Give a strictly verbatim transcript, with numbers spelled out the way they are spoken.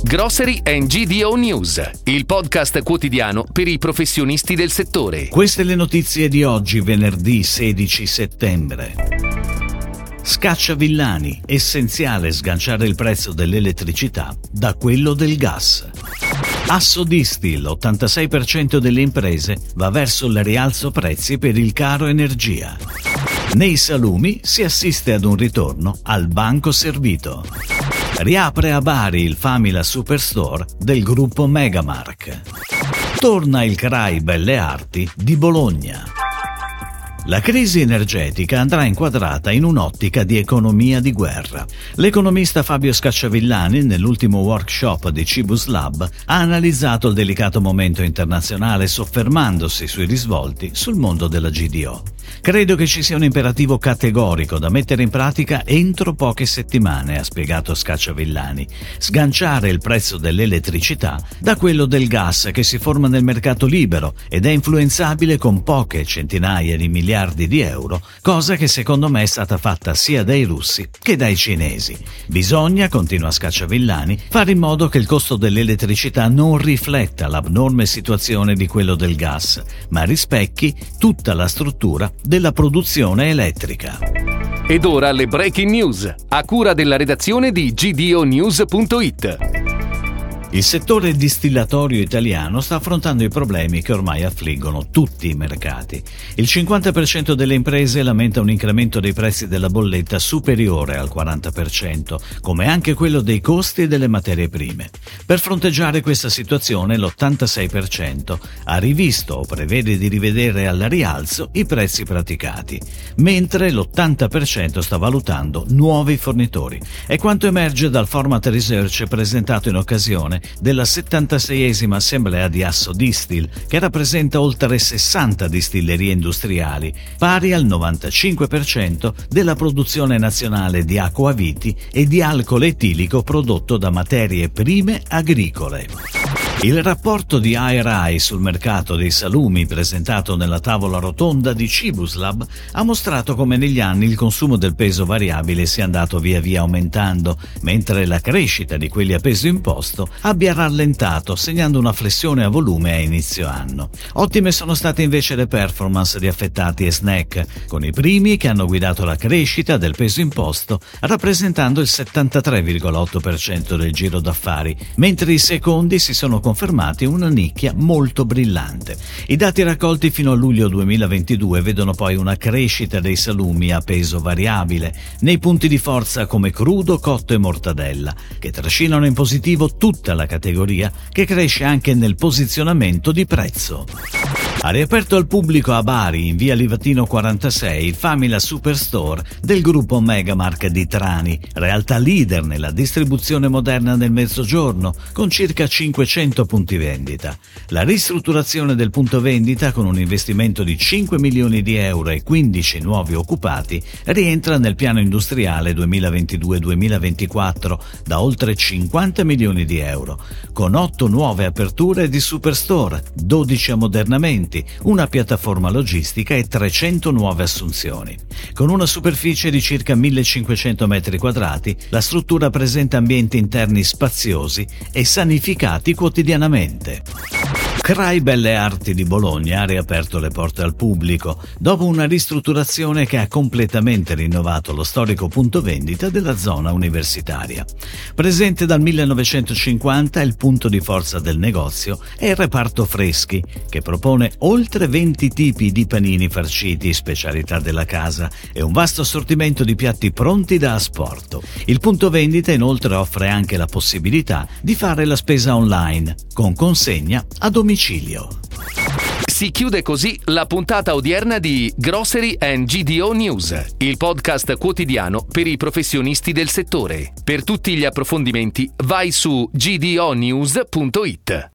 Grocery and G D O News, il podcast quotidiano per i professionisti del settore. Queste le notizie di oggi, venerdì sedici settembre. Scaccia Villani, essenziale sganciare il prezzo dell'elettricità da quello del gas. Assodisti, l'ottantasei per cento delle imprese va verso il rialzo prezzi per il caro energia. Nei salumi si assiste ad un ritorno al banco servito. Riapre a Bari il Famila Superstore del gruppo Megamark. Torna il C R A I Belle Arti di Bologna. La crisi energetica andrà inquadrata in un'ottica di economia di guerra. L'economista Fabio Scacciavillani, nell'ultimo workshop di Cibus Lab, ha analizzato il delicato momento internazionale soffermandosi sui risvolti sul mondo della G D O. Credo che ci sia un imperativo categorico da mettere in pratica entro poche settimane, ha spiegato Scacciavillani. Sganciare il prezzo dell'elettricità da quello del gas che si forma nel mercato libero ed è influenzabile con poche centinaia di miliardi di euro, cosa che secondo me è stata fatta sia dai russi che dai cinesi. Bisogna, continua Scacciavillani, fare in modo che il costo dell'elettricità non rifletta l'abnorme situazione di quello del gas, ma rispecchi tutta la struttura della produzione elettrica. Ed ora le breaking news, a cura della redazione di G D O news punto it. Il settore distillatorio italiano sta affrontando i problemi che ormai affliggono tutti i mercati. Il cinquanta per cento delle imprese lamenta un incremento dei prezzi della bolletta superiore al quaranta per cento, come anche quello dei costi delle materie prime. Per fronteggiare questa situazione, l'ottantasei per cento ha rivisto o prevede di rivedere al rialzo i prezzi praticati, mentre l'ottanta per cento sta valutando nuovi fornitori. È quanto emerge dal format research presentato in occasione della settantaseiesima assemblea di Assodistil, che rappresenta oltre sessanta distillerie industriali, pari al novantacinque per cento della produzione nazionale di acquaviti e di alcol etilico prodotto da materie prime agricole. Il rapporto di A R I sul mercato dei salumi presentato nella tavola rotonda di Cibus Lab ha mostrato come negli anni il consumo del peso variabile sia andato via via aumentando, mentre la crescita di quelli a peso imposto abbia rallentato, segnando una flessione a volume a inizio anno. Ottime sono state invece le performance di affettati e snack, con i primi che hanno guidato la crescita del peso imposto, rappresentando il settantatré virgola otto per cento del giro d'affari, mentre i secondi si sono confermati una nicchia molto brillante. I dati raccolti fino a luglio duemilaventidue vedono poi una crescita dei salumi a peso variabile nei punti di forza come crudo, cotto e mortadella, che trascinano in positivo tutta la categoria, che cresce anche nel posizionamento di prezzo. Ha riaperto al pubblico a Bari, in via Livatino quarantasei, il Famila Superstore del gruppo Megamark di Trani, realtà leader nella distribuzione moderna nel Mezzogiorno, con circa cinquecento punti vendita. La ristrutturazione del punto vendita, con un investimento di cinque milioni di euro e quindici nuovi occupati, rientra nel piano industriale duemilaventidue duemilaventiquattro da oltre cinquanta milioni di euro, con otto nuove aperture di Superstore, dodici ammodernamenti, una piattaforma logistica e trecento nuove assunzioni. Con una superficie di circa millecinquecento metri quadrati, la struttura presenta ambienti interni spaziosi e sanificati quotidianamente. C R A I Belle Arti di Bologna ha riaperto le porte al pubblico dopo una ristrutturazione che ha completamente rinnovato lo storico punto vendita della zona universitaria. Presente dal millenovecentocinquanta, il punto di forza del negozio è il reparto freschi, che propone oltre venti tipi di panini farciti, specialità della casa, e un vasto assortimento di piatti pronti da asporto. Il punto vendita inoltre offre anche la possibilità di fare la spesa online, con consegna a domicilio. Si chiude così la puntata odierna di Grocery and G D O News, il podcast quotidiano per i professionisti del settore. Per tutti gli approfondimenti vai su G D O news punto it.